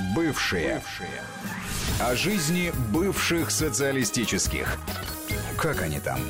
Бывшие. О жизни бывших социалистических. Как они там?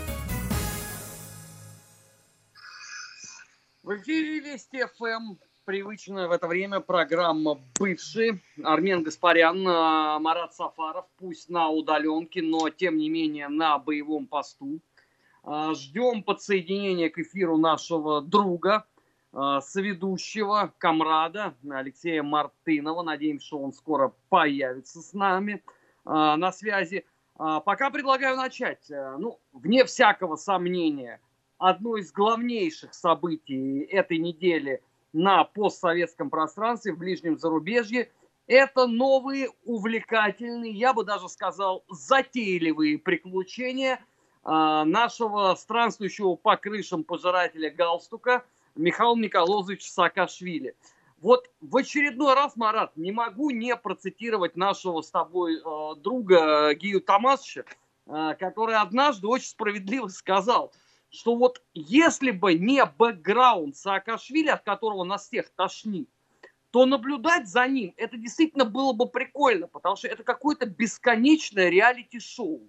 В эфире Вести ФМ. Привычная в это время программа «Бывшие». Армен Гаспарян, Марат Сафаров, пусть на удаленке, но тем не менее на боевом посту. Ждем подсоединения к эфиру нашего друга, соведущего, комрада Алексея Мартынова. Надеемся, что он скоро появится с нами на связи. Пока предлагаю начать. Вне всякого сомнения, одно из главнейших событий этой недели на постсоветском пространстве в ближнем зарубежье – это новые увлекательные, я бы даже сказал, затейливые приключения нашего странствующего по крышам пожирателя галстука Михаила Николозовича Саакашвили. Вот в очередной раз, Марат, не могу не процитировать нашего с тобой друга Гию Томасовича, который однажды очень справедливо сказал, что вот если бы не бэкграунд Саакашвили, от которого нас всех тошнит, то наблюдать за ним, это действительно было бы прикольно, потому что это какое-то бесконечное реалити-шоу.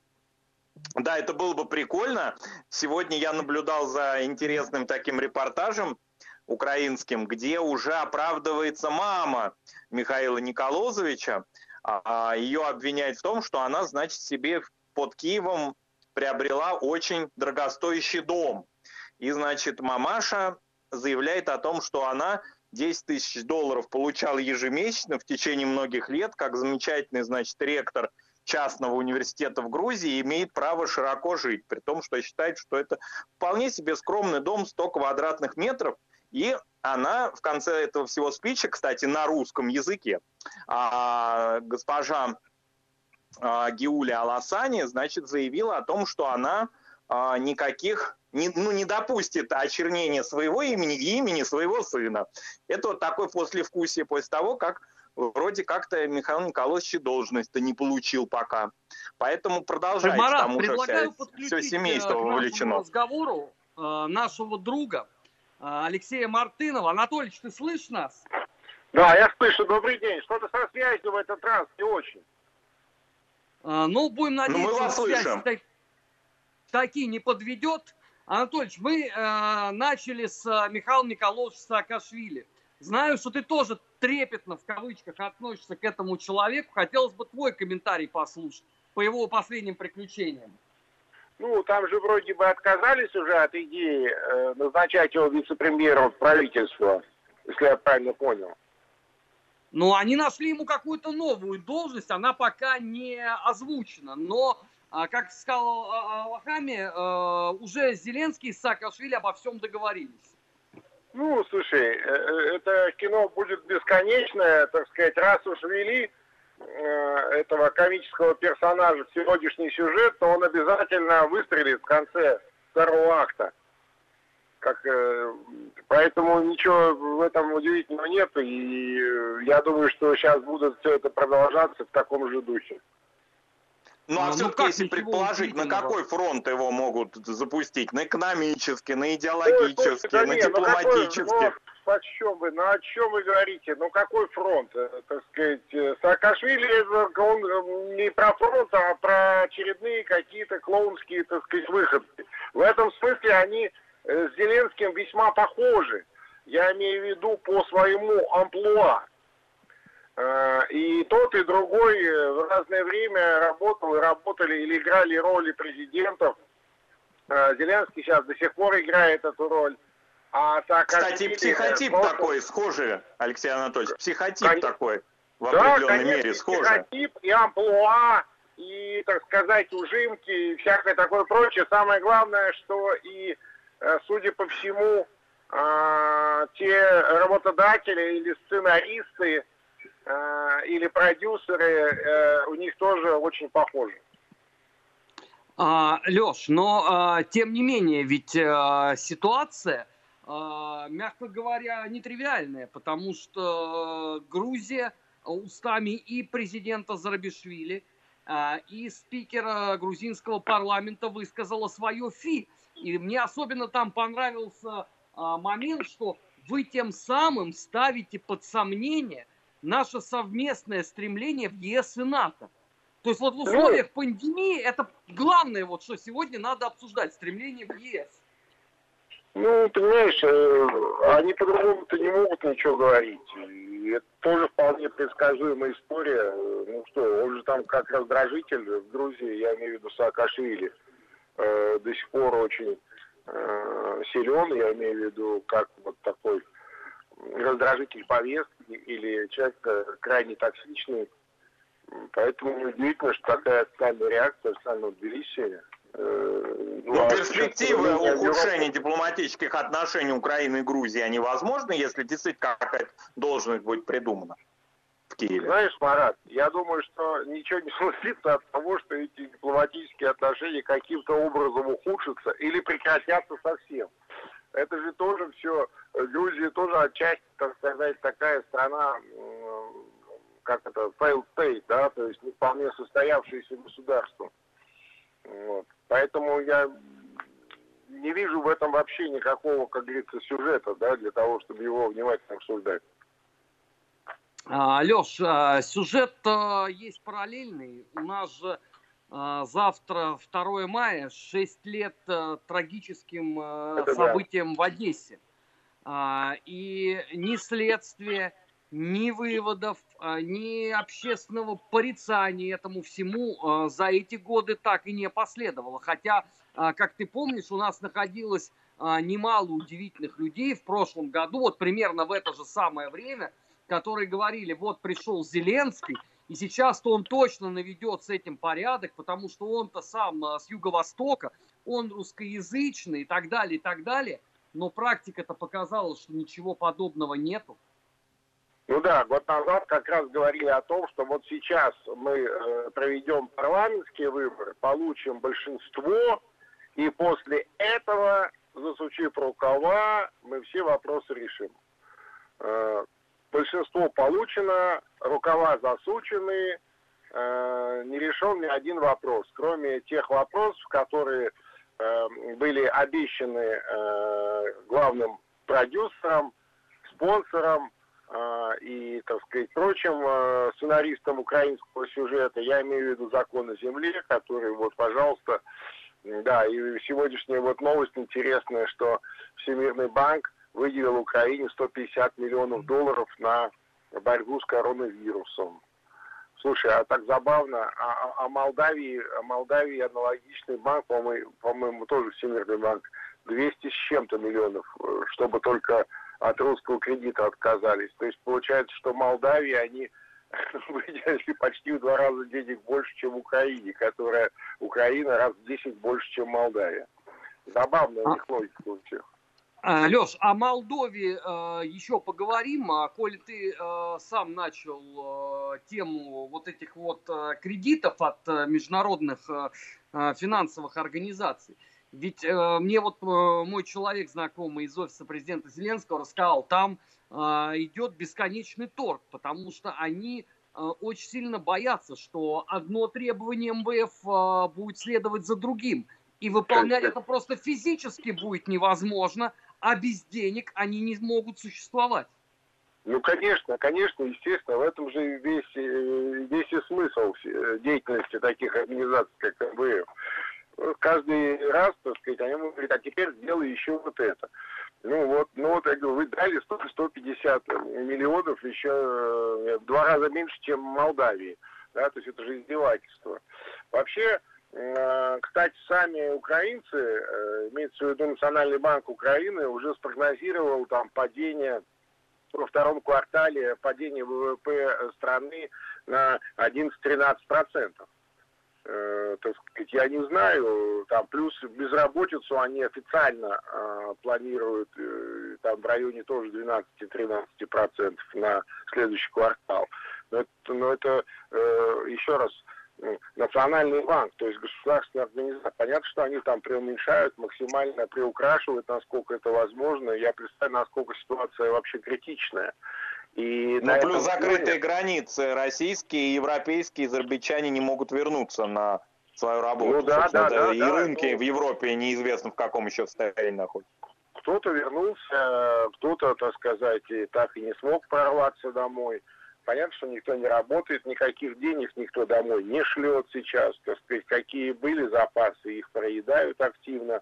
Да, это было бы прикольно. Сегодня я наблюдал за интересным таким репортажем украинским, где уже оправдывается мама Михаила Николозовича. Ее обвиняют в том, что она, значит, себе под Киевом приобрела очень дорогостоящий дом. И, значит, мамаша заявляет о том, что она 10 тысяч долларов получала ежемесячно в течение многих лет, как замечательный, значит, ректор частного университета в Грузии, имеет право широко жить, при том, что считает, что это вполне себе скромный дом, 100 квадратных метров. И она в конце этого всего спича, кстати, на русском языке, госпожа Гиуля Аласани, значит, заявила о том, что она никаких, не допустит очернения своего имени и имени своего сына. Это вот такое послевкусие после того, как вроде как-то Михаил Николаевич должность-то не получил пока. Поэтому продолжается, Марат, там уже все семейство вовлечено. К разговору нашего друга Алексея Мартынова. Анатольевич, ты слышишь нас? Да, я слышу. Добрый день. Что-то со связью в этот раз не очень. Будем надеяться, мы вас слышим. Таки не подведет. Анатольевич, мы начали с Михаила Николаевича Саакашвили. Знаю, что ты тоже трепетно, в кавычках, относишься к этому человеку. Хотелось бы твой комментарий послушать по его последним приключениям. Там же вроде бы отказались уже от идеи назначать его вице-премьером в правительство, если я правильно понял. Они нашли ему какую-то новую должность, она пока не озвучена. Но, как сказал Алахами, уже Зеленский и Саакашвили обо всем договорились. Слушай, это кино будет бесконечное, так сказать, раз уж ввели этого комического персонажа в сегодняшний сюжет, то он обязательно выстрелит в конце второго акта. Поэтому ничего в этом удивительного нет, и я думаю, что сейчас будет все это продолжаться в таком же духе. Все-таки, если предположить, на какой фронт его могут запустить? На экономический, на идеологический, на дипломатический? О чем вы говорите? Какой фронт? Так сказать, Саакашвили, он не про фронт, а про очередные какие-то клоунские, так сказать, выходки. В этом смысле они с Зеленским весьма похожи. Я имею в виду по своему амплуа. И тот, и другой в разное время работали или играли роли президентов. Зеленский сейчас до сих пор играет эту роль. Кстати, психотип такой схожий, Алексей Анатольевич. Психотип такой в определенной мере схожий. Психотип и амплуа, и, так сказать, ужимки, и всякое такое прочее. Самое главное, что и, судя по всему, те работодатели или сценаристы, или продюсеры, у них тоже очень похожи. Леш, но тем не менее, ведь ситуация, мягко говоря, нетривиальная, потому что Грузия устами и президента Зарабишвили, и спикера грузинского парламента высказала свое фи. И мне особенно там понравился момент, что вы тем самым ставите под сомнение наше совместное стремление в ЕС и НАТО. То есть вот в условиях пандемии это главное, вот что сегодня надо обсуждать, стремление в ЕС. Ну, понимаешь, они по-другому-то не могут ничего говорить. И это тоже вполне предсказуемая история. Ну что, он же там как раздражитель в Грузии, я имею в виду Саакашвили, до сих пор очень силен, я имею в виду как вот такой раздражитель повестки или человек крайне токсичный. Поэтому неудивительно, что такая официальная реакция официального Тбилиси. Но перспективы ухудшения дипломатических отношений Украины и Грузии, они возможны, если действительно какая-то должность будет придумана в Киеве? Знаешь, Марат, я думаю, что ничего не случится от того, что эти дипломатические отношения каким-то образом ухудшатся или прекратятся совсем. Это же тоже все, Грузия тоже отчасти, так сказать, такая страна, как это, failed state, да, то есть не вполне состоявшееся государство. Вот. Поэтому я не вижу в этом вообще никакого, как говорится, сюжета, да, для того, чтобы его внимательно обсуждать. Леш, сюжет есть параллельный. У нас же завтра 2 мая, 6 лет трагическим событиям в Одессе. И ни следствия, ни выводов, ни общественного порицания этому всему за эти годы так и не последовало. Хотя, как ты помнишь, у нас находилось немало удивительных людей в прошлом году, вот примерно в это же самое время, которые говорили, вот пришел Зеленский, и сейчас-то он точно наведет с этим порядок, потому что он-то сам с Юго-Востока, он русскоязычный и так далее, и так далее. Но практика-то показала, что ничего подобного нету. Ну да, год назад как раз говорили о том, что вот сейчас мы проведем парламентские выборы, получим большинство, и после этого, засучив рукава, мы все вопросы решим. Большинство получено, рукава засучены, не решен ни один вопрос, кроме тех вопросов, которые были обещаны главным продюсером, спонсором и, так сказать, прочим сценаристам украинского сюжета. Я имею в виду «Закон о земле», который, вот, пожалуйста, да, и сегодняшняя вот новость интересная, что Всемирный банк выделил Украине $150 миллионов на борьбу с коронавирусом. Слушай, а так забавно, а Молдавии аналогичный банк, по-моему, тоже Всемирный банк, 200 с чем-то миллионов, чтобы только от русского кредита отказались. То есть получается, что Молдавии они выделили почти в 2 раза денег больше, чем Украине, которая Украина раз в 10 больше, чем Молдавия. Забавная у них логика у всех. Леш, о Молдове еще поговорим. Коли ты сам начал тему вот этих вот кредитов от международных финансовых организаций. Ведь мне вот мой человек, знакомый из офиса президента Зеленского, рассказал, там идет бесконечный торг, потому что они очень сильно боятся, что одно требование МВФ будет следовать за другим. И выполнять это просто физически будет невозможно, а без денег они не могут существовать. Ну, конечно, естественно, в этом же весь и смысл деятельности таких организаций, как МВФ. Каждый раз, так сказать, они говорят, а теперь сделай еще вот это. Ну вот, я говорю, вы дали 150 миллионов, еще в 2 раза меньше, чем в Молдавии. Да, то есть это же издевательство. Вообще, кстати, сами украинцы, имеется в виду Национальный банк Украины, уже спрогнозировал там падение во 2 квартале, падение ВВП страны на 11-13%. Так сказать, я не знаю, там плюс безработицу они официально планируют там в районе тоже 12-13% на следующий квартал. Но это еще раз, Национальный банк, то есть государственная организация. Понятно, что они там преуменьшают, максимально приукрашивают, насколько это возможно. Я представляю, насколько ситуация вообще критичная. И плюс закрытые границы российские, европейские, азербайджане не могут вернуться на свою работу. И рынки в Европе неизвестно в каком еще состоянии находятся. Кто-то вернулся, кто-то, так сказать, так и не смог прорваться домой. понятно, что никто не работает, никаких денег никто домой не шлет сейчас, так сказать, какие были запасы, их проедают активно.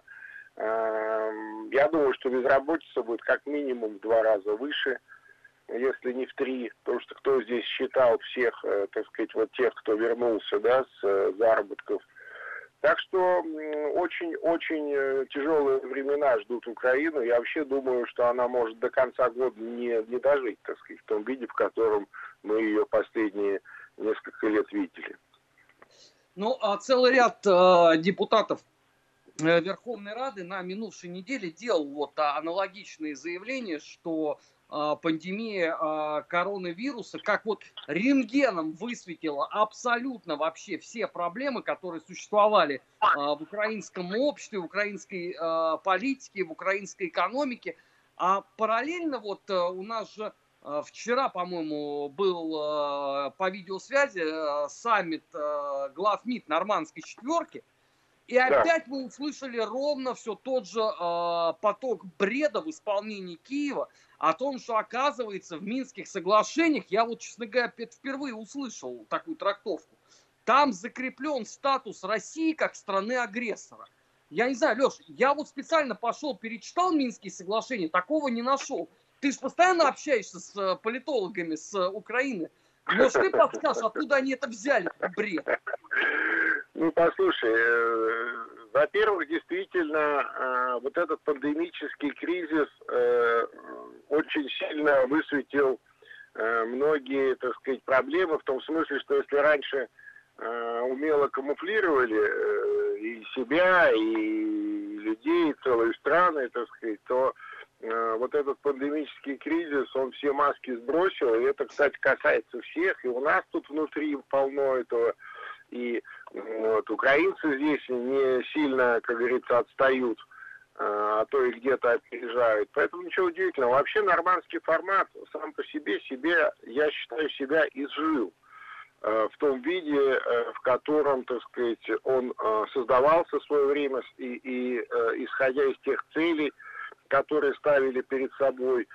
Я думаю, что безработица будет как минимум в 2 раза выше, если не в 3, потому что кто здесь считал всех, так сказать, вот тех, кто вернулся, да, с заработков. Так что очень-очень тяжелые времена ждут Украину. Я вообще думаю, что она может до конца года не дожить, так сказать, в том виде, в котором мы ее последние несколько лет видели. Ну, а целый ряд депутатов Верховной Рады на минувшей неделе делал вот аналогичные заявления, что пандемия коронавируса как вот рентгеном высветила абсолютно вообще все проблемы, которые существовали в украинском обществе, в украинской политике, в украинской экономике. А параллельно вот у нас же вчера, по-моему, был по видеосвязи саммит глав МИД Нормандской четверки. И опять мы услышали ровно все тот же поток бреда в исполнении Киева о том, что, оказывается, в Минских соглашениях, я вот, честно говоря, впервые услышал такую трактовку, там закреплен статус России как страны-агрессора. Я не знаю, Леш, я вот специально пошел, перечитал Минские соглашения, такого не нашел. Ты же постоянно общаешься с политологами с Украины. Может, ты подскажешь, откуда они это взяли, бред? Ну, послушай, во-первых, действительно, вот этот пандемический кризис очень сильно высветил многие, так сказать, проблемы, в том смысле, что если раньше умело камуфлировали и себя, и людей, и целые страны, так сказать, то вот этот пандемический кризис, он все маски сбросил, и это, кстати, касается всех, и у нас тут внутри полно этого, и вот, украинцы здесь не сильно, как говорится, отстают, а то и где-то опережают. Поэтому ничего удивительного. Вообще нормандский формат сам по себе, я считаю, себя изжил в том виде, в котором, так сказать, он создавался в свое время и исходя из тех целей, которые ставили перед собой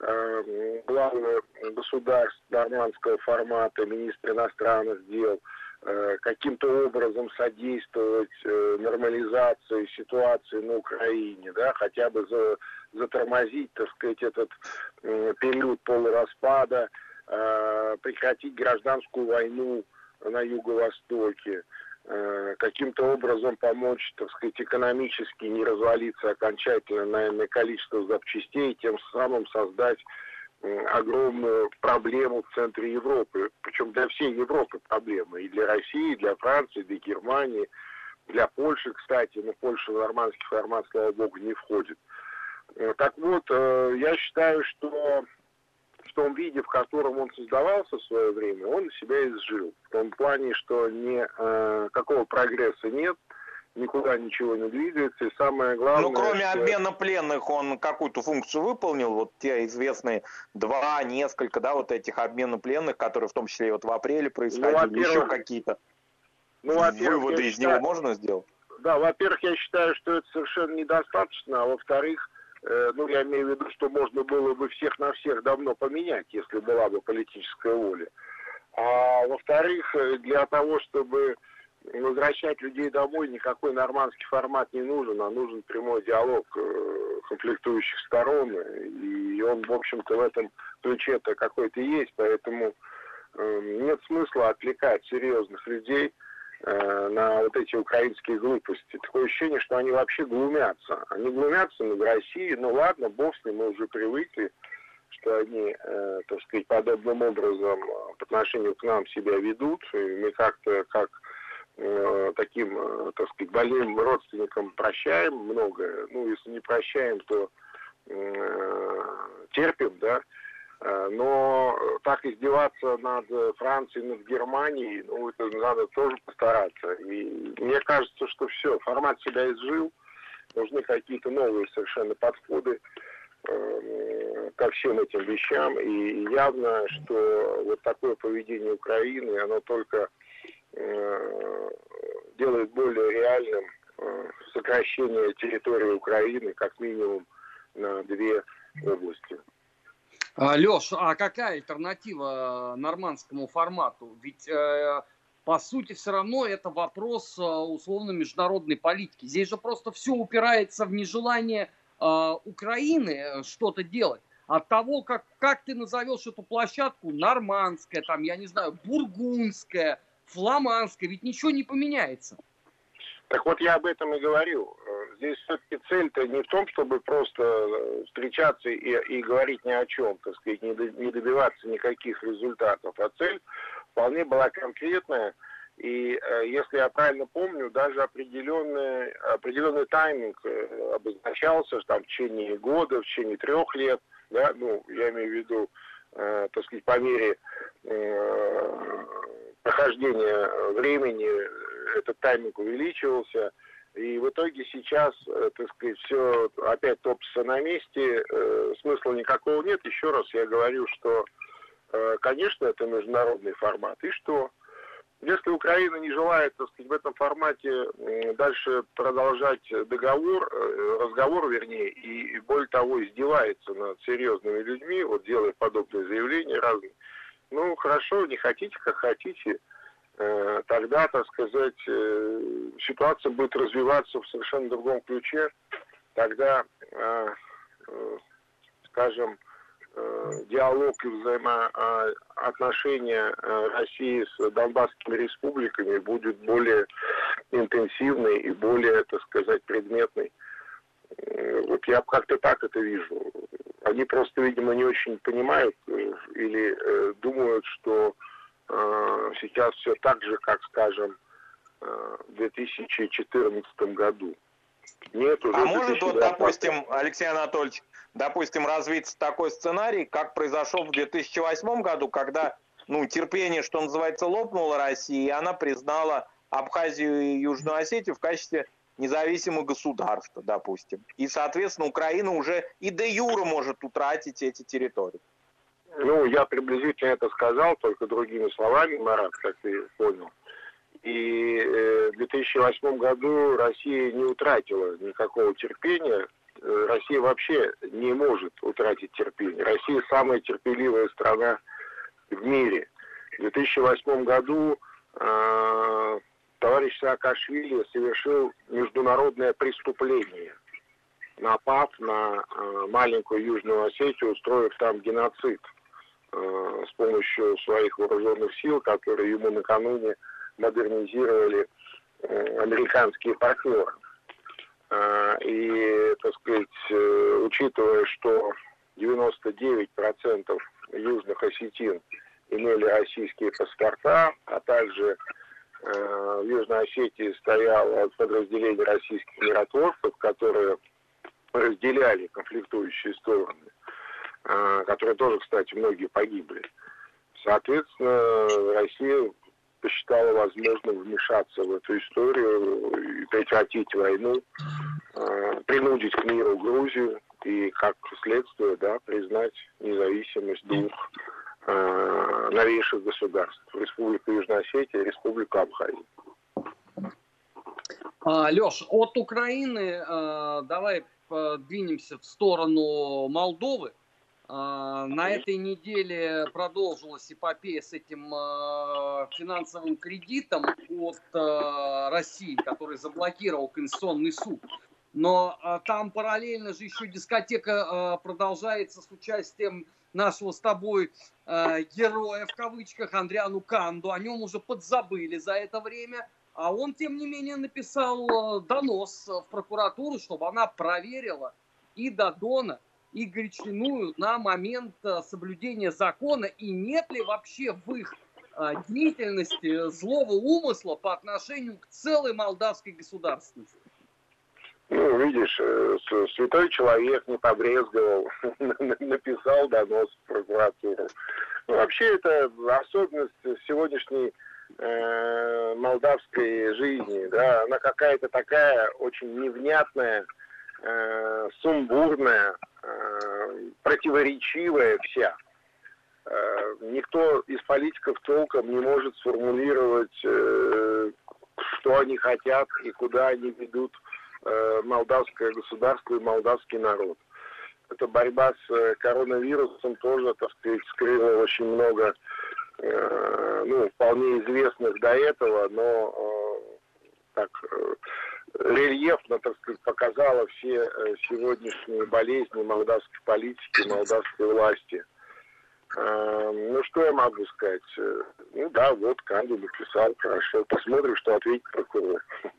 главы государств нормандского формата, министр иностранных дел, каким-то образом содействовать нормализации ситуации на Украине, да, хотя бы затормозить, так сказать, этот период полураспада, прекратить гражданскую войну на Юго-Востоке, каким-то образом помочь, так сказать, экономически не развалиться окончательно на иное количество запчастей, тем самым создать огромную проблему в центре Европы, причем для всей Европы проблема, и для России, и для Франции, и для Германии, для Польши, кстати, но Польша в нормандский формат, слава богу, не входит. Так вот, я считаю, что в том виде, в котором он создавался в свое время, он себя изжил. В том плане, что никакого прогресса нет, никуда ничего не двигается, и самое главное... Ну, кроме обмена пленных, он какую-то функцию выполнил, вот те известные несколько, да, вот этих обмена пленных, которые в том числе и вот в апреле происходили, еще какие-то выводы из него можно сделать? Да, во-первых, я считаю, что это совершенно недостаточно, а во-вторых, я имею в виду, что можно было бы всех на всех давно поменять, если была бы политическая воля. А во-вторых, для того, чтобы возвращать людей домой, никакой нормандский формат не нужен, а нужен прямой диалог конфликтующих сторон, и он, в общем-то, в этом ключе-то какой-то есть, поэтому нет смысла отвлекать серьезных людей на вот эти украинские глупости. Такое ощущение, что они вообще глумятся. Они глумятся над Россией, ну ладно, бог с ним, мы уже привыкли, что они, так сказать, подобным образом по отношению к нам себя ведут, и мы как-то, как таким, так сказать, больным родственникам прощаем многое, ну, если не прощаем, то терпим, да, но так издеваться над Францией, над Германией, ну, это надо тоже постараться. И мне кажется, что все, формат себя изжил, нужны какие-то новые совершенно подходы ко всем этим вещам, и явно, что вот такое поведение Украины, оно только делает более реальным сокращение территории Украины как минимум на 2 области. Леш, а какая альтернатива нормандскому формату? Ведь, по сути, все равно это вопрос условно международной политики. Здесь же просто все упирается в нежелание Украины что-то делать. От того, как ты назовешь эту площадку, нормандская, там, я не знаю, бургундская, фламандская, ведь ничего не поменяется. Так вот, я об этом и говорю. Здесь все-таки цель-то не в том, чтобы просто встречаться и говорить ни о чем, так сказать, не добиваться никаких результатов. А цель вполне была конкретная. И, если я правильно помню, даже определенный тайминг обозначался там, в течение года, в течение 3 лет. Да? Ну, я имею в виду, так сказать, по мере прохождения времени этот тайминг увеличивался. И в итоге сейчас, так сказать, все опять топится на месте, смысла никакого нет. Еще раз я говорю, что, конечно, это международный формат. И что? Если Украина не желает, так сказать, в этом формате дальше продолжать разговор, вернее, и более того, издевается над серьезными людьми, вот делая подобные заявления разные, ну, хорошо, не хотите, как хотите, тогда, так сказать, ситуация будет развиваться в совершенно другом ключе. Тогда, скажем, диалог и взаимоотношения России с Донбасскими республиками будет более интенсивный и более, так сказать, предметный. Вот я как-то так это вижу. Они просто, видимо, не очень понимают или думают, что сейчас все так же, как, скажем, в 2014 году. Нет, уже может, вот, допустим, Алексей Анатольевич, развиться такой сценарий, как произошел в 2008 году, когда, терпение, что называется, лопнуло России, и она признала Абхазию и Южную Осетию в качестве независимых государств, допустим. И, соответственно, Украина уже и де юре может утратить эти территории. Я приблизительно это сказал, только другими словами, Марат, как ты понял. И в 2008 году Россия не утратила никакого терпения. Россия вообще не может утратить терпение. Россия самая терпеливая страна в мире. В 2008 году товарищ Саакашвили совершил международное преступление, напав на маленькую Южную Осетию, устроив там геноцид с помощью своих вооруженных сил, которые ему накануне модернизировали американские партнеры. И, так сказать, учитывая, что 99% южных осетин имели российские паспорта, а также в Южной Осетии стояло подразделение российских миротворцев, которые разделяли конфликтующие стороны, которые тоже, кстати, многие погибли. Соответственно, Россия посчитала возможным вмешаться в эту историю и прекратить войну, принудить к миру Грузию и, как следствие, признать независимость 2 новейших государств – Республику Южная Осетия и Республику Абхазия. Леш, от Украины давай двинемся в сторону Молдовы. На этой неделе продолжилась эпопея с этим финансовым кредитом от России, который заблокировал Конституционный суд. Но там параллельно же еще дискотека продолжается с участием нашего с тобой героя, в кавычках, Андриану Канду. О нем уже подзабыли за это время. А он, тем не менее, написал донос в прокуратуру, чтобы она проверила и Додона, и Гречиную на момент соблюдения закона, и нет ли вообще в их деятельности злого умысла по отношению к целой молдавской государственности. Видишь, святой человек не побрезговал, написал донос в прокуратуру. Вообще это особенность сегодняшней молдавской жизни, да, она какая-то такая очень невнятная, сумбурная, противоречивая вся. Никто из политиков толком не может сформулировать, что они хотят и куда они ведут молдавское государство и молдавский народ. эта борьба с коронавирусом тоже, так сказать, скрыла очень много, вполне известных до этого, но так рельефно, так сказать, показала все сегодняшние болезни молдавской политики, молдавской власти. Что я могу сказать? Вот Канду написал, хорошо. Посмотрим, что ответит прокурор.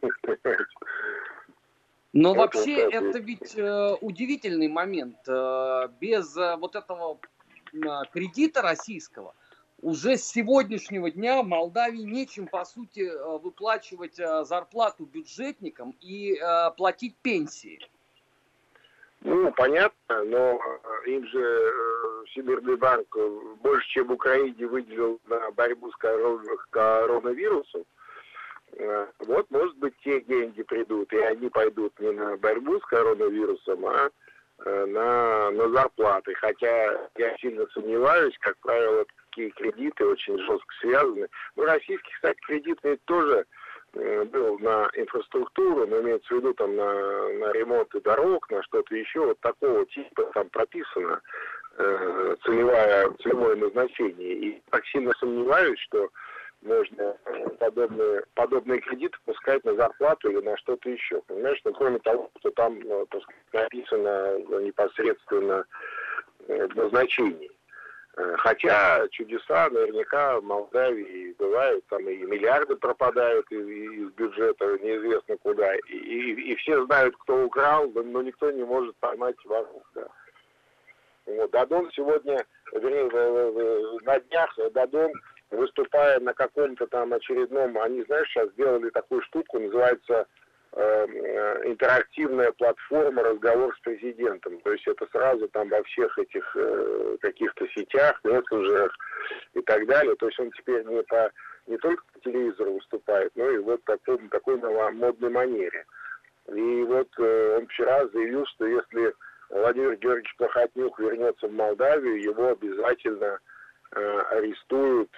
Но вообще это ведь удивительный момент. Без вот этого кредита российского уже с сегодняшнего дня Молдавии нечем, по сути, выплачивать зарплату бюджетникам и платить пенсии. Понятно, но им же Всемирный банк больше, чем Украине, выделил на борьбу с коронавирусом. Вот, может быть, те деньги придут, и они пойдут не на борьбу с коронавирусом, а на зарплаты. Хотя я сильно сомневаюсь, как правило, такие кредиты очень жестко связаны. Российский, кстати, кредит ведь тоже был на инфраструктуру, но имеется в виду там на ремонт дорог, на что-то еще, вот такого типа там прописано целевое назначение. И так сильно сомневаюсь, что можно подобные кредиты пускать на зарплату или на что-то еще. Понимаешь, кроме того, что там написано непосредственно в назначении. Хотя чудеса наверняка в Молдавии бывают, там и миллиарды пропадают из бюджета неизвестно куда. И все знают, кто украл, но никто не может поймать воров. Да. Дадон сегодня, на днях Дадон, выступая на каком-то там очередном, они, знаешь, сейчас сделали такую штуку, называется интерактивная платформа «Разговор с президентом». То есть это сразу там во всех этих каких-то сетях, мессенджерах и так далее. То есть он теперь не только по телевизору выступает, но и вот в такой модной манере. И вот он вчера заявил, что если Владимир Георгиевич Плохотнюк вернется в Молдавию, его обязательно арестуют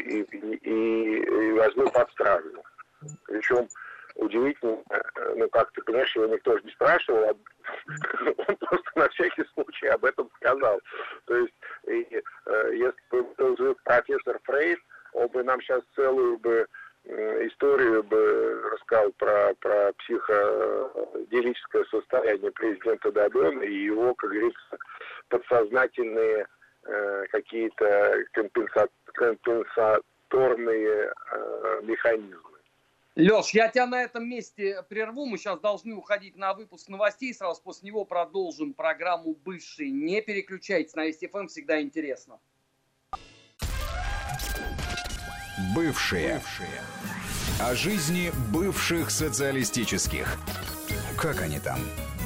и возьмут под стражу. Причем удивительно, как ты понимаешь, его никто же не спрашивал, он просто на всякий случай об этом сказал. То есть, если бы был жив профессор Фрейд, он бы нам сейчас целую историю рассказал про психоделическое состояние президента Дадона и его, как говорится, подсознательные какие-то компенсаторные механизмы. Леш, я тебя на этом месте прерву. Мы сейчас должны уходить на выпуск новостей. Сразу после него продолжим программу «Бывшие». Не переключайтесь, на Вести ФМ всегда интересно. Бывшие. О жизни бывших социалистических. Как они там?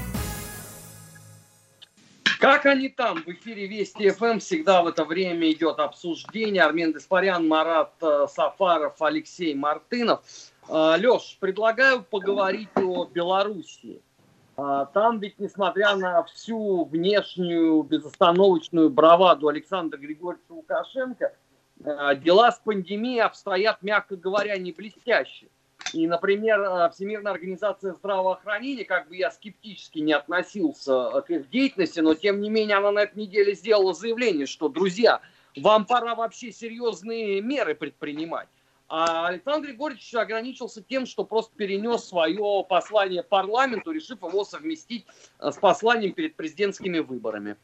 Как они там? В эфире Вести ФМ всегда в это время идет обсуждение. Армен Гаспарян, Марат Сафаров, Алексей Мартынов. Леш, предлагаю поговорить о Белоруссии. Там ведь, несмотря на всю внешнюю безостановочную браваду Александра Григорьевича Лукашенко, дела с пандемией обстоят, мягко говоря, не блестяще. И, например, Всемирная организация здравоохранения, как бы я скептически не относился к их деятельности, но тем не менее она на этой неделе сделала заявление, что, друзья, вам пора вообще серьезные меры предпринимать. А Александр Григорьевич ограничился тем, что просто перенес свое послание парламенту, решив его совместить с посланием перед президентскими выборами.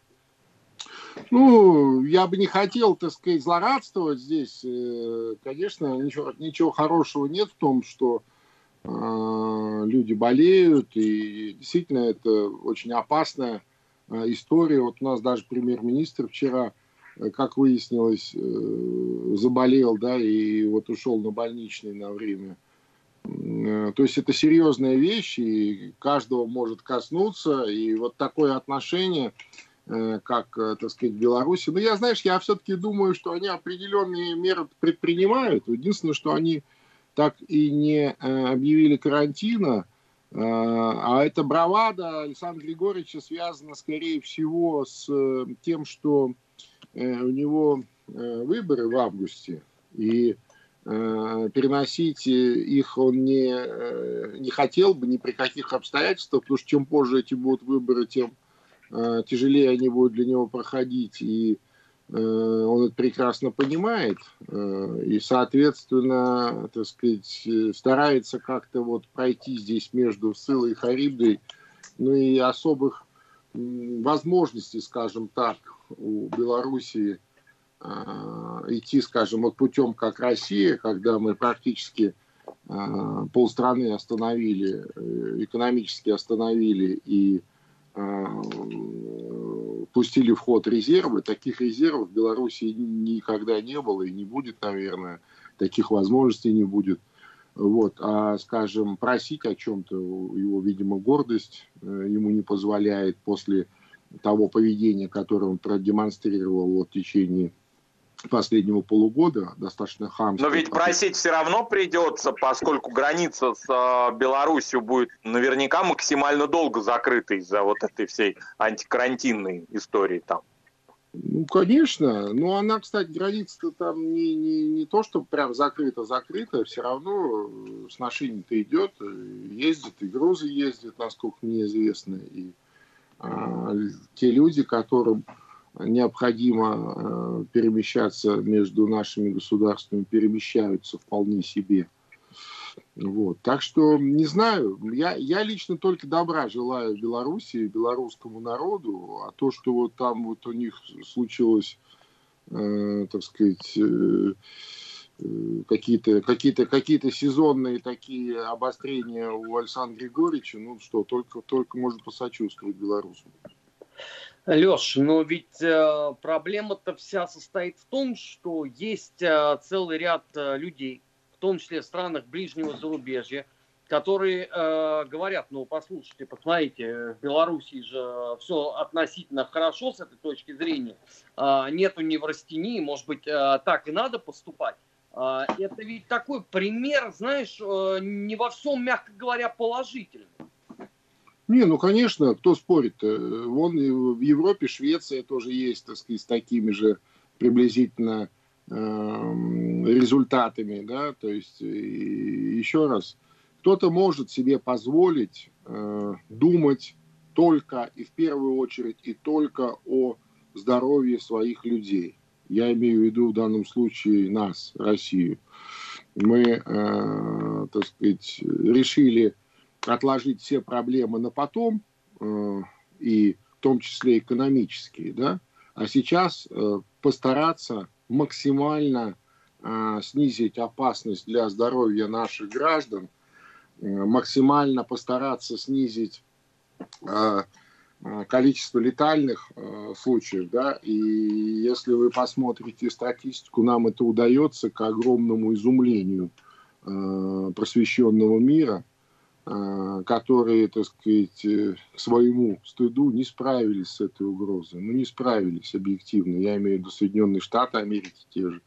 Я бы не хотел, так сказать, злорадствовать здесь. Конечно, ничего хорошего нет в том, что люди болеют, и действительно это очень опасная история. Вот у нас даже премьер-министр вчера, как выяснилось, заболел, да, и вот ушел на больничный на время. То есть это серьезная вещь, и каждого может коснуться, и вот такое отношение, как, так сказать, в Беларуси. Но я все-таки думаю, что они определенные меры предпринимают. Единственное, что они так и не объявили карантина, а эта бравада Александра Григорьевича связана, скорее всего, с тем, что у него выборы в августе, и переносить их он не хотел бы ни при каких обстоятельствах, потому что чем позже эти будут выборы, тем тяжелее они будут для него проходить, и он это прекрасно понимает, и, соответственно, так сказать, старается как-то вот пройти здесь между Сциллой и Харибдой, ну и особых возможностей, скажем так, у Белоруссии идти, скажем, вот путем, как Россия, когда мы практически полстраны остановили, экономически остановили и пустили в ход резервы. Таких резервов в Беларуси никогда не было и не будет, наверное. Таких возможностей не будет. Вот. А, скажем, просить о чем-то его, видимо, гордость ему не позволяет после того поведения, которое он продемонстрировал вот в течение последнего полугода, достаточно хамского. Но ведь просить все равно придется, поскольку граница с Беларусью будет наверняка максимально долго закрыта из-за вот этой всей антикарантинной истории там. Ну, конечно. Но она, кстати, граница-то там не то, что прям закрыта, все равно сношение-то идет, ездит, и грузы ездят, насколько мне известно, и те люди, которым необходимо перемещаться между нашими государствами, перемещаются вполне себе. Вот. Так что, не знаю, я лично только добра желаю Белоруссии, белорусскому народу, а то, что вот там вот у них случилось, так сказать, какие-то сезонные такие обострения у Александра Григорьевича, ну что, только можно посочувствовать белорусам. Леш, но ведь проблема-то вся состоит в том, что есть целый ряд людей, в том числе в странах ближнего зарубежья, которые говорят, ну, послушайте, посмотрите, в Белоруссии же все относительно хорошо с этой точки зрения, нету неврастении, может быть, так и надо поступать. Это ведь такой пример, знаешь, не во всем, мягко говоря, положительный. Не, ну, конечно, кто спорит? Вон в Европе, Швеция тоже есть, так сказать, с такими же приблизительно результатами, да, то есть, еще раз, кто-то может себе позволить думать только и в первую очередь и только о здоровье своих людей. Я имею в виду в данном случае нас, Россию. Мы, так сказать, решили отложить все проблемы на потом, и в том числе экономические, да, а сейчас постараться максимально снизить опасность для здоровья наших граждан, максимально постараться снизить количество летальных случаев, да, и если вы посмотрите статистику, нам это удается к огромному изумлению просвещенного мира, которые, так сказать, к своему стыду не справились с этой угрозой. Ну, не справились объективно. Я имею в виду Соединенные Штаты Америки те же.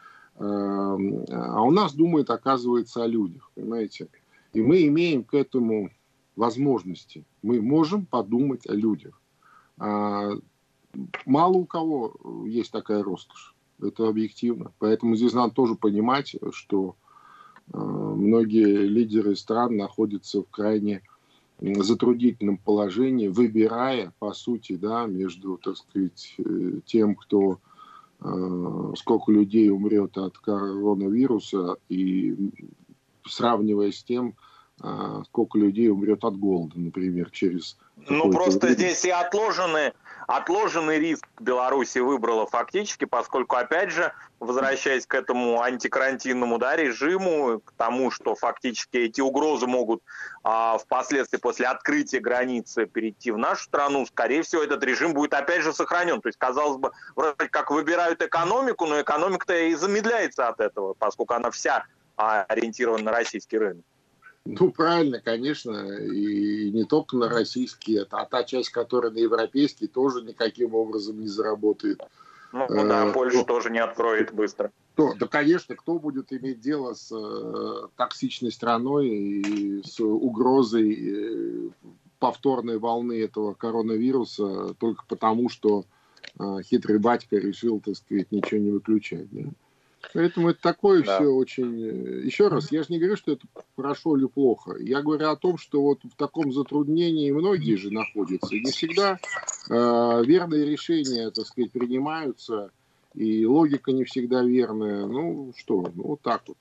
А у нас думают, оказывается, о людях, понимаете? И мы имеем к этому возможности. Мы можем подумать о людях. Мало у кого есть такая роскошь. Это объективно. Поэтому здесь надо тоже понимать, что многие лидеры стран находятся в крайне затруднительном положении, выбирая, по сути, да, между, так сказать, тем, кто сколько людей умрет от коронавируса, и сравнивая с тем, сколько людей умрет от голода, например, через... Ну, просто здесь и отложенный риск Беларуси выбрала фактически, поскольку, опять же, возвращаясь к этому антикарантинному, да, режиму, к тому, что фактически эти угрозы могут впоследствии после открытия границы перейти в нашу страну, скорее всего, этот режим будет опять же сохранен. То есть, казалось бы, вроде как выбирают экономику, но экономика-то и замедляется от этого, поскольку она вся ориентирована на российский рынок. Ну, правильно, конечно, и не только на российский, а та часть, которая на европейский, тоже никаким образом не заработает. Ну да, Польша тоже не откроет быстро. Да, конечно, кто будет иметь дело с токсичной страной и с угрозой повторной волны этого коронавируса только потому, что хитрый батька решил, так сказать, ничего не выключать. Да? Поэтому это такое Да. все очень... Еще раз, я же не говорю, что это хорошо или плохо. Я говорю о том, что вот в таком затруднении многие же находятся. И не всегда верные решения, так сказать, принимаются, и логика не всегда верная. Ну что, ну вот так вот.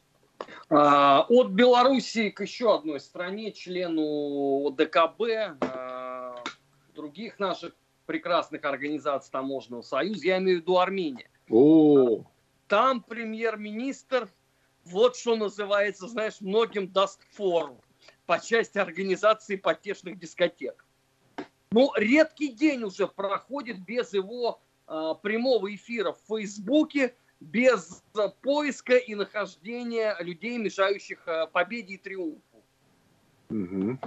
От Белоруссии к еще одной стране, члену ОДКБ, других наших прекрасных организаций Таможенного союза, я имею в виду Армения. О, Там премьер-министр, вот что называется, знаешь, многим даст фору по части организации потешных дискотек. Ну, редкий день уже проходит без его прямого эфира в Фейсбуке, без поиска и нахождения людей, мешающих победе и триумфу. угу.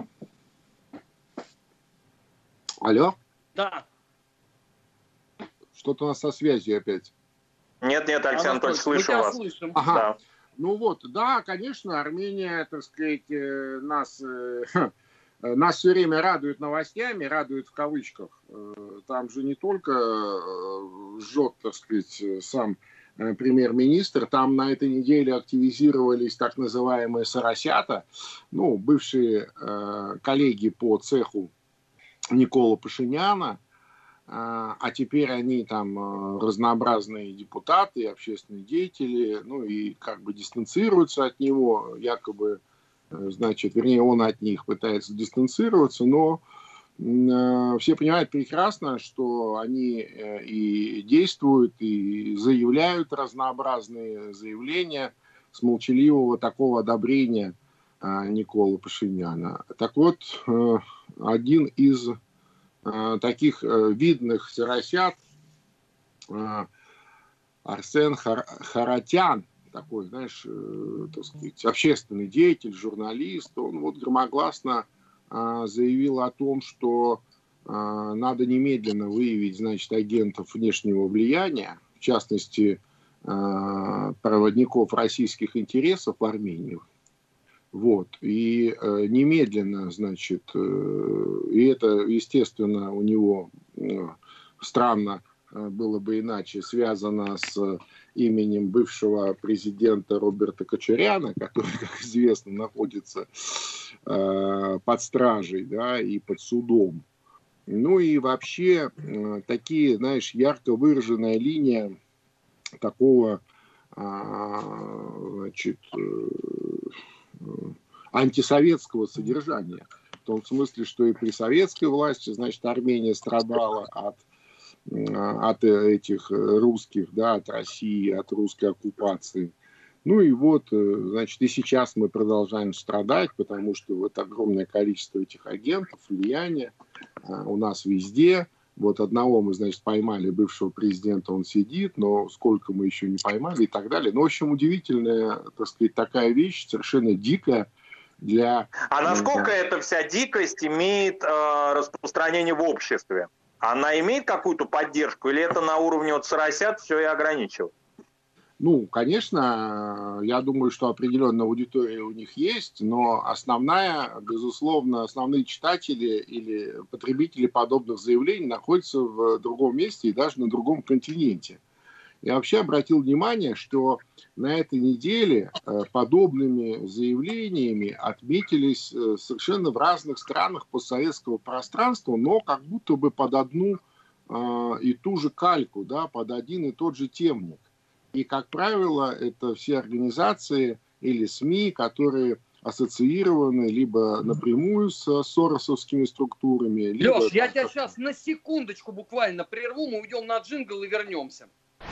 Алло? Да. Что-то у нас со связью опять. Нет, Александр Анатольевич, мы слышу тебя вас. слышим. Ага. Да. Ну вот, да, конечно, Армения, так сказать, нас все время радует новостями, радует в кавычках. Там же не только жжет, так сказать, сам премьер-министр, там на этой неделе активизировались так называемые соросята, ну, бывшие коллеги по цеху Никола Пашиняна, а теперь они там разнообразные депутаты, общественные деятели, ну и как бы дистанцируются от него, якобы, значит, вернее, он от них пытается дистанцироваться, но все понимают прекрасно, что они и действуют, и заявляют разнообразные заявления с молчаливого такого одобрения Николы Пашиняна. Так вот, один из таких видных соросят, Арсен Харатян, такой, знаешь, так сказать, общественный деятель, журналист, он вот громогласно заявил о том, что надо немедленно выявить, значит, агентов внешнего влияния, в частности, проводников российских интересов в Армении. Вот. И немедленно, значит, и это, естественно, у него странно было бы иначе связано с именем бывшего президента Роберта Кочаряна, который, как известно, находится под стражей, да, и под судом. Ну и вообще такие, знаешь, ярко выраженная линия такого, значит, антисоветского содержания. В том смысле, что и при советской власти, значит, Армения страдала от этих русских, да, от России, от русской оккупации. Ну и вот, значит, и сейчас мы продолжаем страдать, потому что вот огромное количество этих агентов, влияния у нас везде. Вот одного мы, значит, поймали, бывшего президента, он сидит, но сколько мы еще не поймали и так далее. Ну, в общем, удивительная, так сказать, такая вещь, совершенно дикая для... А насколько эта вся дикость имеет распространение в обществе? Она имеет какую-то поддержку или это на уровне вот соросят все и ограничивает? Ну, конечно, я думаю, что определенная аудитория у них есть, но основная, безусловно, основные читатели или потребители подобных заявлений находятся в другом месте и даже на другом континенте. Я вообще обратил внимание, что на этой неделе подобными заявлениями отметились совершенно в разных странах постсоветского пространства, но как будто бы под одну и ту же кальку, да, под один и тот же темник. И, как правило, это все организации или СМИ, которые ассоциированы либо напрямую с соросовскими структурами. Либо... Леш, я тебя сейчас на секундочку буквально прерву, мы уйдем на джингл и вернемся.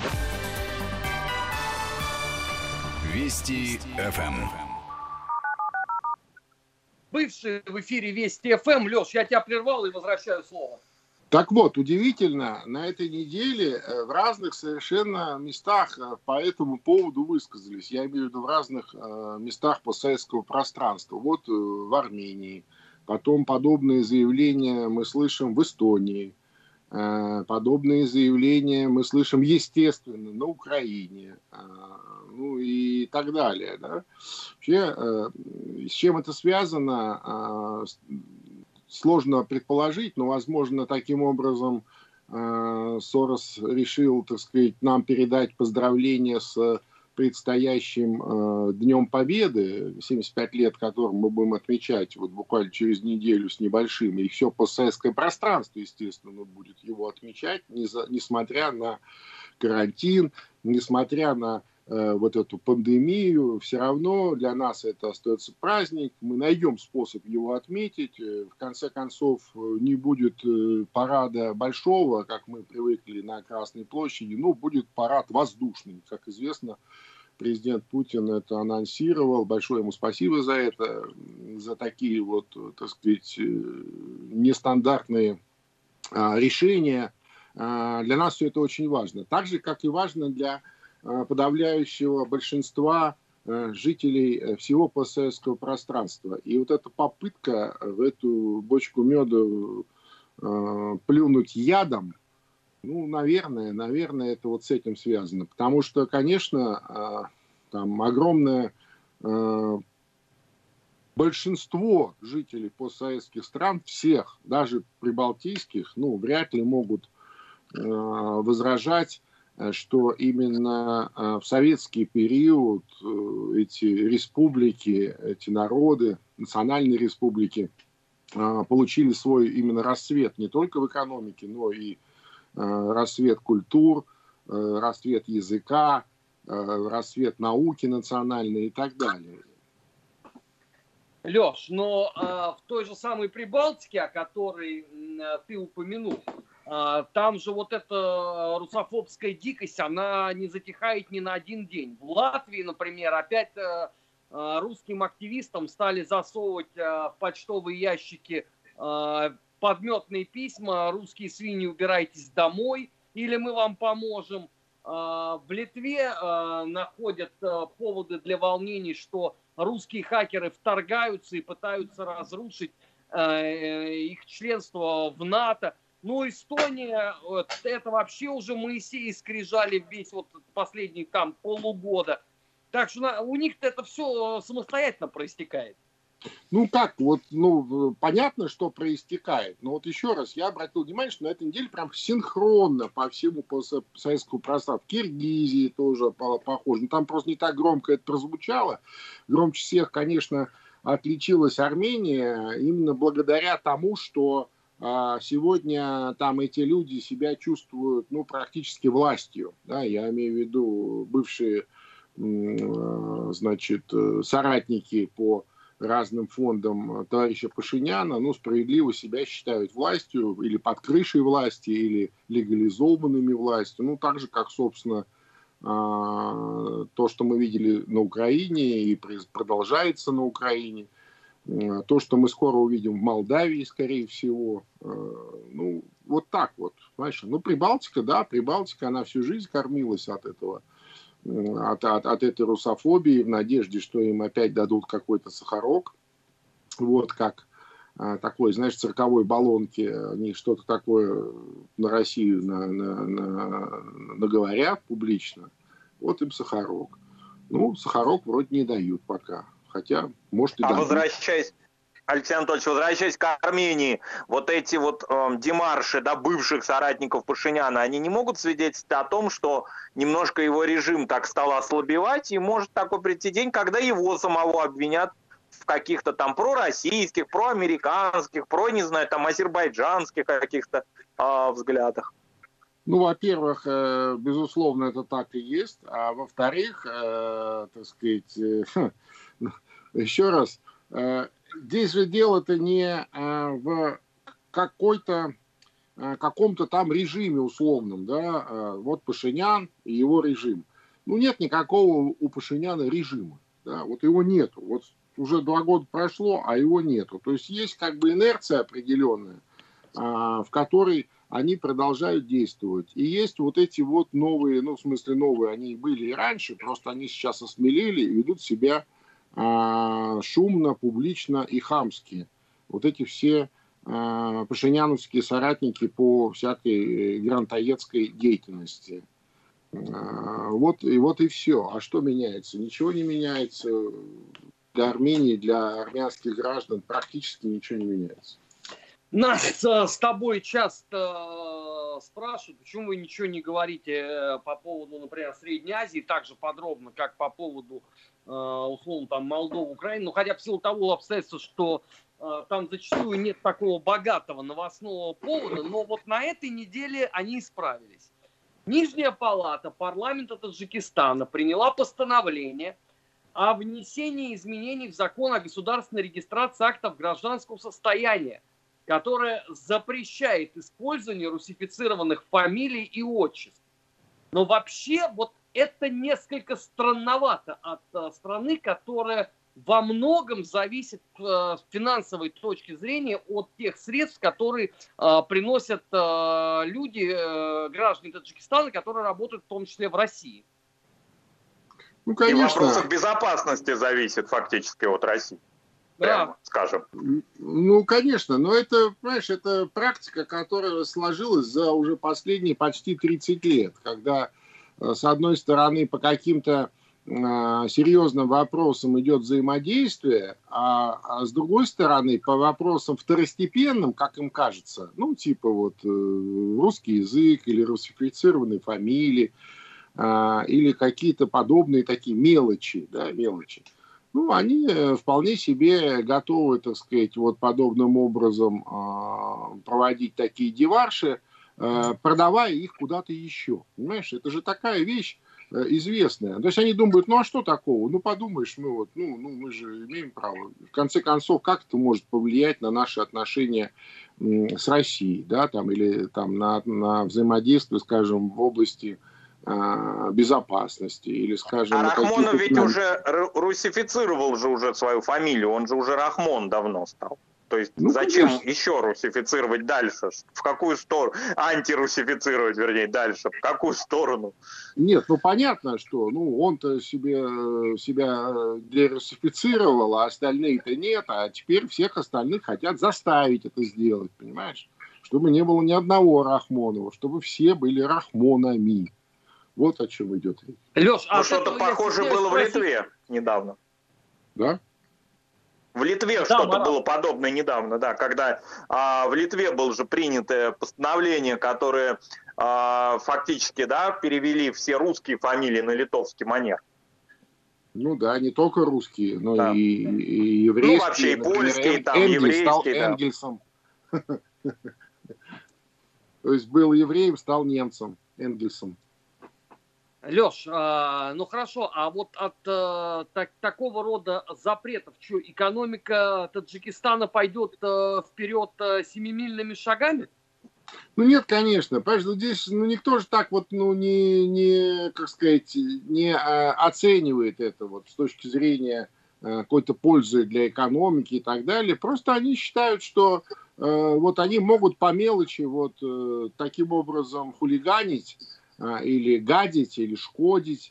Вести ФМ. Бывший в эфире Вести ФМ. Леш, я тебя прервал и возвращаю слово. Так вот, удивительно, на этой неделе в разных совершенно местах по этому поводу высказались. Я имею в виду в разных местах постсоветского пространства. Вот в Армении. Потом подобные заявления мы слышим в Эстонии. Подобные заявления мы слышим, естественно, на Украине. Ну и так далее. Да? Вообще, с чем это связано, сложно предположить, но, возможно, таким образом Сорос решил, так сказать, нам передать поздравления с предстоящим Днем Победы, 75 лет, которым мы будем отмечать вот буквально через неделю с небольшим, и все постсоветское пространство, естественно, будет его отмечать, несмотря на карантин, несмотря на вот эту пандемию, все равно для нас это остается праздник, мы найдем способ его отметить, в конце концов не будет парада большого, как мы привыкли на Красной площади, но будет парад воздушный, как известно, президент Путин это анонсировал, большое ему спасибо за это, за такие вот, так сказать, нестандартные решения, для нас все это очень важно, так же, как и важно для подавляющего большинства жителей всего постсоветского пространства. И вот эта попытка в эту бочку меда плюнуть ядом, ну, наверное, это вот с этим связано. Потому что, конечно, там огромное большинство жителей постсоветских стран, всех, даже прибалтийских, ну, вряд ли могут возражать, что именно в советский период эти республики, эти народы, национальные республики получили свой именно расцвет не только в экономике, но и расцвет культур, расцвет языка, расцвет науки национальной и так далее. Леш, но в той же самой Прибалтике, о которой ты упомянул, там же вот эта русофобская дикость, она не затихает ни на один день. В Латвии, например, опять русским активистам стали засовывать в почтовые ящики подметные письма: русские свиньи, убирайтесь домой, или мы вам поможем. В Литве находят поводы для волнений, что русские хакеры вторгаются и пытаются разрушить их членство в НАТО. Ну, Эстония, вот, это вообще уже Моисей скрижали весь вот последний там полугода. Так что у них это все самостоятельно проистекает. Ну как, вот, ну, понятно, что проистекает, но вот еще раз, я обратил внимание, что на этой неделе прям синхронно по всему постсоветскому пространству, в Киргизии тоже похоже, но там просто не так громко это прозвучало, громче всех, конечно, отличилась Армения, именно благодаря тому, что сегодня там эти люди себя чувствуют, ну, практически властью, да, я имею в виду бывшие, значит, соратники по разным фондам товарища Пашиняна, ну, справедливо себя считают властью, или под крышей власти, или легализованными властью, ну, так же, как, собственно, то, что мы видели на Украине и продолжается на Украине, то, что мы скоро увидим в Молдавии, скорее всего, ну, вот так вот, знаешь, ну, Прибалтика, да, Прибалтика, она всю жизнь кормилась от этого, от этой русофобии, в надежде, что им опять дадут какой-то сахарок, вот как такой, знаешь, цирковой баллонки, они что-то такое на Россию наговорят публично, вот им сахарок. Ну, сахарок вроде не дают пока, хотя, может, и дадут. Возвращаясь, Алексей Анатольевич, возвращаясь к Армении, вот эти вот демарши, да, бывших соратников Пашиняна, они не могут свидетельствовать о том, что немножко его режим так стал ослабевать, и может такой прийти день, когда его самого обвинят в каких-то там пророссийских, проамериканских, не знаю, там азербайджанских каких-то взглядах? Ну, во-первых, безусловно, это так и есть, а во-вторых, так сказать, еще раз, здесь же дело-то не в каком-то там режиме условном, да, вот Пашинян и его режим. Ну, нет никакого у Пашиняна режима, да, вот его нету, вот уже 2 года прошло, а его нету. То есть есть как бы инерция определенная, в которой они продолжают действовать. И есть вот эти вот новые, ну, в смысле новые, они были и раньше, просто они сейчас осмелели и ведут себя шумно, публично и хамски. Вот эти все пашиняновские соратники по всякой грантоедской деятельности. Вот и все. А что меняется? Ничего не меняется. Для Армении, для армянских граждан практически ничего не меняется. Нас с тобой часто спрашивают, почему вы ничего не говорите по поводу, например, Средней Азии так же подробно, как по поводу, условно, там, Молдовы, Украины, но хотя бы в силу того обстоятельства, что там зачастую нет такого богатого новостного повода, но вот на этой неделе они исправились. Нижняя палата парламента Таджикистана приняла постановление о внесении изменений в закон о государственной регистрации актов гражданского состояния, которое запрещает использование русифицированных фамилий и отчеств. Но вообще вот это несколько странновато от страны, которая во многом зависит с финансовой точки зрения от тех средств, которые приносят люди, граждане Таджикистана, которые работают в том числе в России. Ну, конечно. И в вопросах безопасности зависит фактически от России. Прямо, скажем. Ну, конечно, но это, понимаешь, это практика, которая сложилась за уже последние почти 30 лет, когда, с одной стороны, по каким-то серьезным вопросам идет взаимодействие, а с другой стороны, по вопросам второстепенным, как им кажется, ну, типа вот русский язык или русифицированные фамилии, или какие-то подобные такие мелочи, да, мелочи. Ну, они вполне себе готовы, так сказать, вот подобным образом проводить такие деварши, продавая их куда-то еще. Понимаешь, это же такая вещь известная. То есть они думают, ну а что такого? Ну подумаешь, мы же имеем право. В конце концов, как это может повлиять на наши отношения с Россией, да, там, или там, на взаимодействие, скажем, в области безопасности или, скажем... А Рахмонов ведь уже русифицировал же уже свою фамилию, он же уже Рахмон давно стал. То есть зачем еще русифицировать дальше? В какую сторону? Антирусифицировать, вернее, дальше. В какую сторону? Нет, ну понятно, что он-то себя дерусифицировал, а остальные-то нет, а теперь всех остальных хотят заставить это сделать, понимаешь? Чтобы не было ни одного Рахмонова, чтобы все были Рахмонами. Вот о чем идет речь. Леш, что-то похожее было в Литве недавно. Да? В Литве что-то было подобное недавно, да, когда в Литве было же принято постановление, которое фактически, да, перевели все русские фамилии на литовский манер. Ну да, не только русские, но да. и еврейские. Ну вообще и польские, там, Энгельс стал еврейские. Энгельсом. То есть был евреем, стал немцем, Энгельсом. Леш, ну хорошо, а вот от такого рода запретов, что экономика Таджикистана пойдет вперед семимильными шагами? Ну нет, конечно. Понимаешь, здесь никто же так вот не как сказать, не оценивает это вот с точки зрения какой-то пользы для экономики и так далее. Просто они считают, что вот они могут по мелочи вот таким образом хулиганить, или гадить, или шкодить,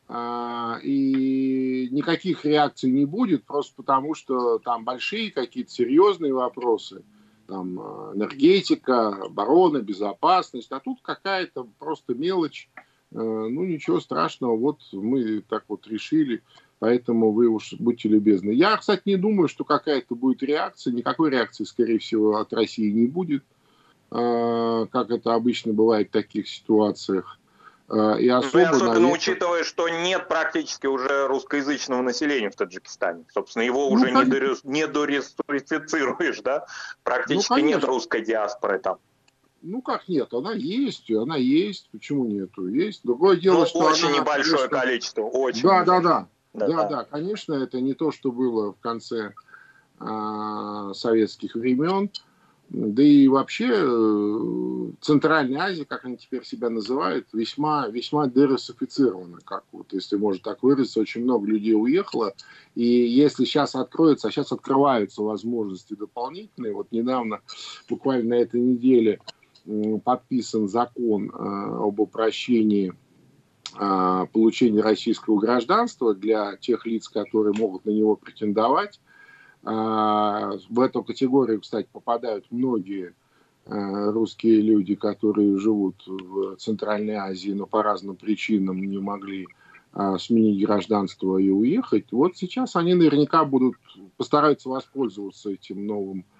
и никаких реакций не будет, просто потому что там большие какие-то серьезные вопросы, там энергетика, оборона, безопасность, а тут какая-то просто мелочь, ну ничего страшного, вот мы так вот решили, поэтому вы уж будьте любезны. Я, кстати, не думаю, что какая-то будет реакция, никакой реакции, скорее всего, от России не будет, как это обычно бывает в таких ситуациях. И особенно учитывая, что нет практически уже русскоязычного населения в Таджикистане. Собственно, его уже не дорусифицируешь, да? Практически нет русской диаспоры там. Ну как нет, она есть. Почему нету? Есть. Другое дело, что очень небольшое количество. Очень. Да, конечно, это не то, что было в конце советских времен. Да и вообще Центральная Азия, как они теперь себя называют, весьма, весьма дерусифицирована, как вот, если можно так выразиться, очень много людей уехало, и если сейчас откроется, а сейчас открываются возможности дополнительные, вот недавно, буквально на этой неделе, подписан закон об упрощении получения российского гражданства для тех лиц, которые могут на него претендовать. В эту категорию, кстати, попадают многие русские люди, которые живут в Центральной Азии, но по разным причинам не могли сменить гражданство и уехать. Вот сейчас они наверняка постараются воспользоваться этим новым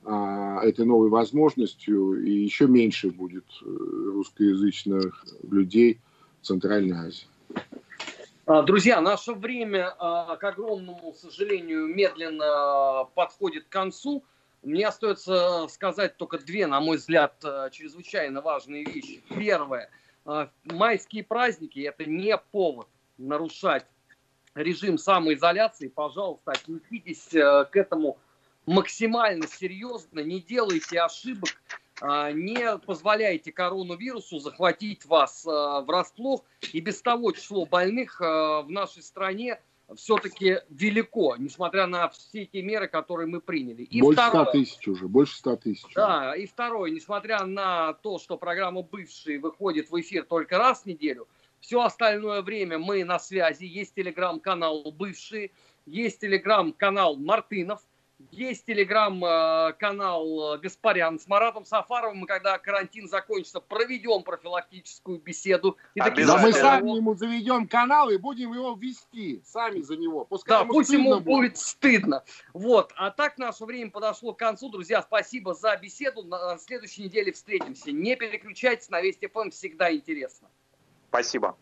этой новой возможностью, и еще меньше будет русскоязычных людей в Центральной Азии. Друзья, наше время, к огромному сожалению, медленно подходит к концу. Мне остается сказать только две, на мой взгляд, чрезвычайно важные вещи. Первое. Майские праздники – это не повод нарушать режим самоизоляции. Пожалуйста, отнеситесь к этому максимально серьезно, не делайте ошибок, не позволяйте коронавирусу захватить вас врасплох. И без того число больных в нашей стране все-таки велико, несмотря на все те меры, которые мы приняли. И больше 100 тысяч уже, больше 100 тысяч. Да, и второе, несмотря на то, что программа «Бывшие» выходит в эфир только раз в неделю, все остальное время мы на связи. Есть телеграм-канал «Бывшие», есть телеграм-канал «Мартынов», есть телеграм-канал «Гаспарян». С Маратом Сафаровым мы, когда карантин закончится, проведем профилактическую беседу. Да, мы сами ему заведем канал и будем его вести, сами за него. Пускай да, пусть ему будет стыдно. Вот. А так наше время подошло к концу. Друзья, спасибо за беседу. На следующей неделе встретимся. Не переключайтесь, на Вести ФМ всегда интересно. Спасибо.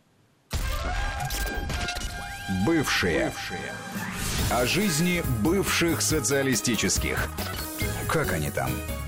Бывшие. О жизни бывших социалистических. Как они там?